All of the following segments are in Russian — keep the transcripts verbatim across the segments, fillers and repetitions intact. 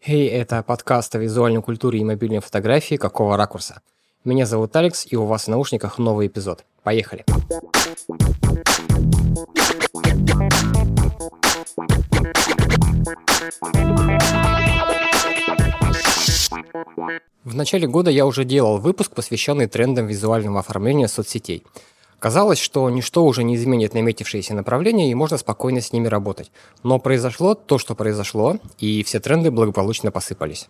Хей, это подкаст о визуальной культуре и мобильной фотографии «Какого ракурса?». Меня зовут Алекс, и у вас в наушниках новый эпизод. Поехали! В начале года я уже делал выпуск, посвященный трендам визуального оформления соцсетей. Казалось, что ничто уже не изменит наметившиеся направления, и можно спокойно с ними работать. Но произошло то, что произошло, и все тренды благополучно посыпались.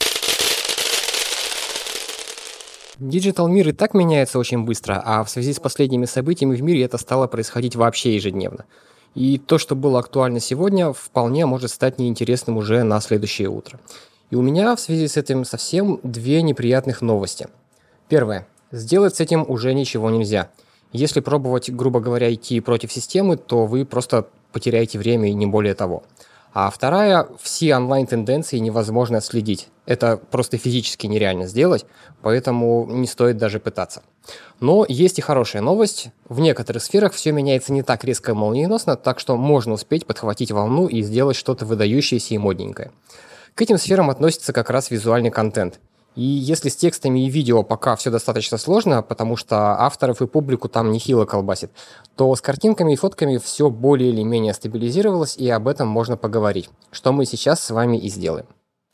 Диджитал-мир и так меняется очень быстро, а в связи с последними событиями в мире это стало происходить вообще ежедневно. И то, что было актуально сегодня, вполне может стать неинтересным уже на следующее утро. И у меня в связи с этим совсем две неприятных новости. Первое. Сделать с этим уже ничего нельзя. Если пробовать, грубо говоря, идти против системы, то вы просто потеряете время и не более того. А вторая, все онлайн-тенденции невозможно отследить. Это просто физически нереально сделать, поэтому не стоит даже пытаться. Но есть и хорошая новость. В некоторых сферах все меняется не так резко и молниеносно, так что можно успеть подхватить волну и сделать что-то выдающееся и модненькое. К этим сферам относится как раз визуальный контент. И если с текстами и видео пока все достаточно сложно, потому что авторов и публику там нехило колбасит, то с картинками и фотками все более или менее стабилизировалось, и об этом можно поговорить, что мы сейчас с вами и сделаем.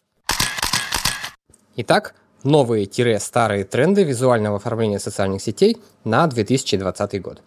Итак, новые-старые тренды визуального оформления социальных сетей на две тысячи двадцатый год.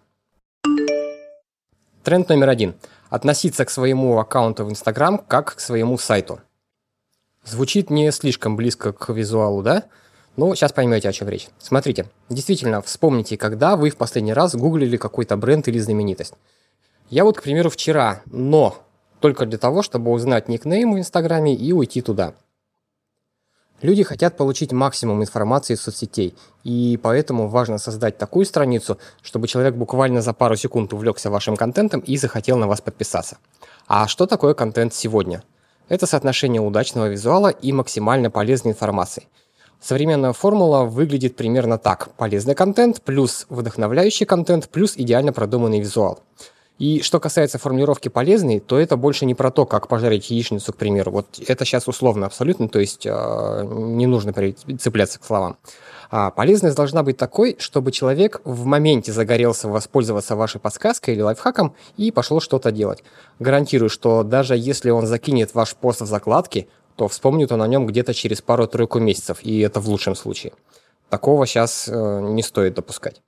Тренд номер один. Относиться к своему аккаунту в Instagram как к своему сайту. Звучит не слишком близко к визуалу, да? Ну, сейчас поймете, о чем речь. Смотрите, действительно, вспомните, когда вы в последний раз гуглили какой-то бренд или знаменитость. Я вот, к примеру, вчера, но только для того, чтобы узнать никнейм в Инстаграме и уйти туда. Люди хотят получить максимум информации из соцсетей, и поэтому важно создать такую страницу, чтобы человек буквально за пару секунд увлекся вашим контентом и захотел на вас подписаться. А что такое контент сегодня? Это соотношение удачного визуала и максимально полезной информации. Современная формула выглядит примерно так. Полезный контент плюс вдохновляющий контент плюс идеально продуманный визуал. И что касается формулировки «полезный», то это больше не про то, как пожарить яичницу, к примеру. Вот это сейчас условно абсолютно, то есть э, не нужно цепляться к словам. А полезность должна быть такой, чтобы человек в моменте загорелся воспользоваться вашей подсказкой или лайфхаком и пошел что-то делать. Гарантирую, что даже если он закинет ваш пост в закладки, то вспомнит он о нем где-то через пару-тройку месяцев, и это в лучшем случае. Такого сейчас э, не стоит допускать.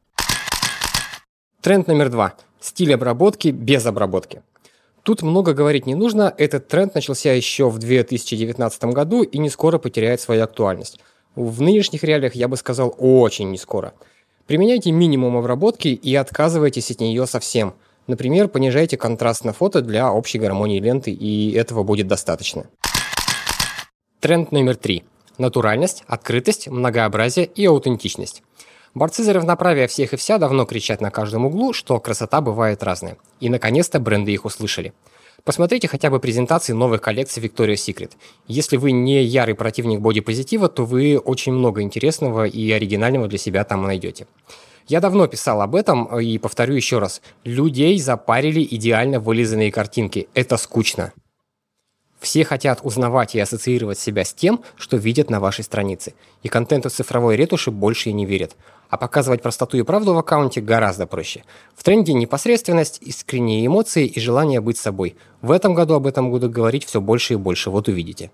Тренд номер два. Стиль обработки без обработки. Тут много говорить не нужно, этот тренд начался еще в две тысячи девятнадцатом году и не скоро потеряет свою актуальность. В нынешних реалиях я бы сказал очень не скоро. Применяйте минимум обработки и отказывайтесь от нее совсем. Например, понижайте контраст на фото для общей гармонии ленты, и этого будет достаточно. Тренд номер три. Натуральность, открытость, многообразие и аутентичность. Борцы за равноправие всех и вся давно кричат на каждом углу, что красота бывает разная. И, наконец-то, бренды их услышали. Посмотрите хотя бы презентации новых коллекций Victoria's Secret. Если вы не ярый противник бодипозитива, то вы очень много интересного и оригинального для себя там найдете. Я давно писал об этом и повторю еще раз. Людей запарили идеально вылизанные картинки. Это скучно. Все хотят узнавать и ассоциировать себя с тем, что видят на вашей странице. И контенту цифровой ретуши больше и не верят. А показывать простоту и правду в аккаунте гораздо проще. В тренде непосредственность, искренние эмоции и желание быть собой. В этом году об этом буду говорить все больше и больше, вот увидите.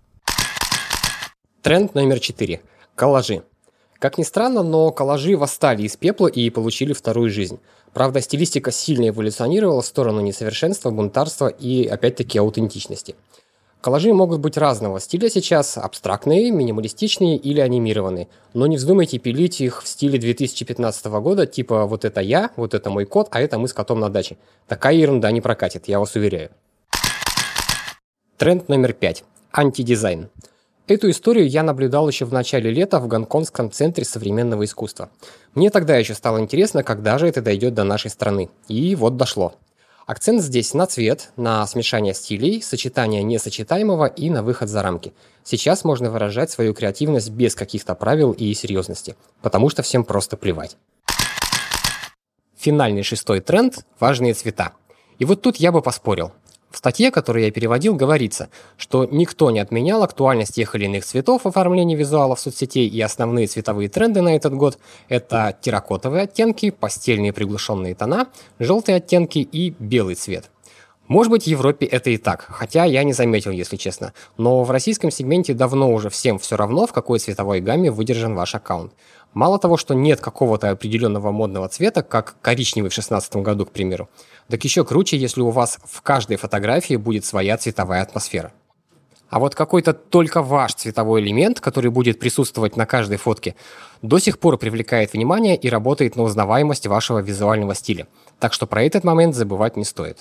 Тренд номер четыре. Коллажи. Как ни странно, но коллажи восстали из пепла и получили вторую жизнь. Правда, стилистика сильно эволюционировала в сторону несовершенства, бунтарства и, опять-таки, аутентичности. Коллажи могут быть разного стиля сейчас, абстрактные, минималистичные или анимированные. Но не вздумайте пилить их в стиле две тысячи пятнадцатого года, типа вот это я, вот это мой кот, а это мы с котом на даче. Такая ерунда не прокатит, я вас уверяю. Тренд номер пять. Антидизайн. Эту историю я наблюдал еще в начале лета в Гонконгском центре современного искусства. Мне тогда еще стало интересно, когда же это дойдет до нашей страны. И вот дошло. Акцент здесь на цвет, на смешание стилей, сочетание несочетаемого и на выход за рамки. Сейчас можно выражать свою креативность без каких-то правил и серьезности, потому что всем просто плевать. Финальный шестой тренд – важные цвета. И вот тут я бы поспорил. В статье, которую я переводил, говорится, что никто не отменял актуальность тех или иных цветов оформления визуалов соцсетей, и основные цветовые тренды на этот год – это терракотовые оттенки, постельные приглушенные тона, желтые оттенки и белый цвет. Может быть, в Европе это и так, хотя я не заметил, если честно. Но в российском сегменте давно уже всем все равно, в какой цветовой гамме выдержан ваш аккаунт. Мало того, что нет какого-то определенного модного цвета, как коричневый в шестнадцатом году, к примеру, так еще круче, если у вас в каждой фотографии будет своя цветовая атмосфера. А вот какой-то только ваш цветовой элемент, который будет присутствовать на каждой фотке, до сих пор привлекает внимание и работает на узнаваемость вашего визуального стиля. Так что про этот момент забывать не стоит.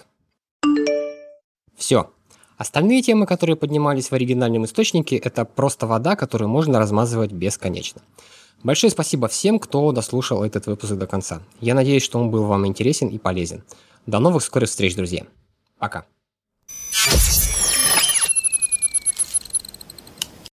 Все. Остальные темы, которые поднимались в оригинальном источнике, это просто вода, которую можно размазывать бесконечно. Большое спасибо всем, кто дослушал этот выпуск до конца. Я надеюсь, что он был вам интересен и полезен. До новых скорых встреч, друзья. Пока.